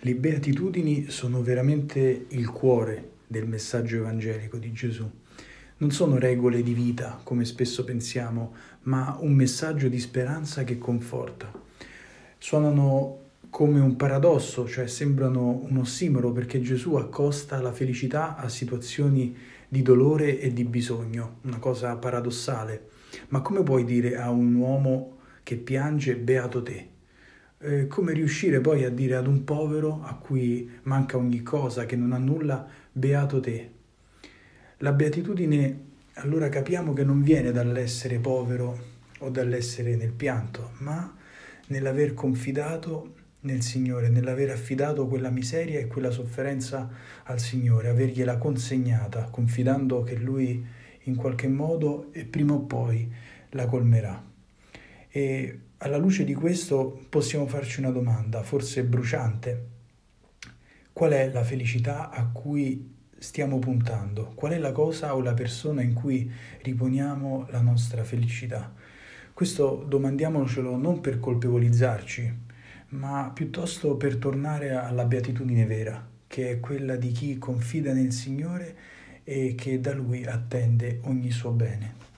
Le beatitudini sono veramente il cuore del messaggio evangelico di Gesù. Non sono regole di vita, come spesso pensiamo, ma un messaggio di speranza che conforta. Suonano come un paradosso, cioè sembrano un ossimoro, perché Gesù accosta la felicità a situazioni di dolore e di bisogno, una cosa paradossale. Ma come puoi dire a un uomo che piange beato te? Come riuscire poi a dire ad un povero a cui manca ogni cosa, che non ha nulla, beato te? La beatitudine, allora capiamo che non viene dall'essere povero o dall'essere nel pianto, ma nell'aver confidato nel Signore, nell'aver affidato quella miseria e quella sofferenza al Signore, avergliela consegnata, confidando che Lui in qualche modo e prima o poi la colmerà. E alla luce di questo possiamo farci una domanda, forse bruciante. Qual è la felicità a cui stiamo puntando? Qual è la cosa o la persona in cui riponiamo la nostra felicità? Questo domandiamocelo non per colpevolizzarci, ma piuttosto per tornare alla beatitudine vera, che è quella di chi confida nel Signore e che da Lui attende ogni suo bene.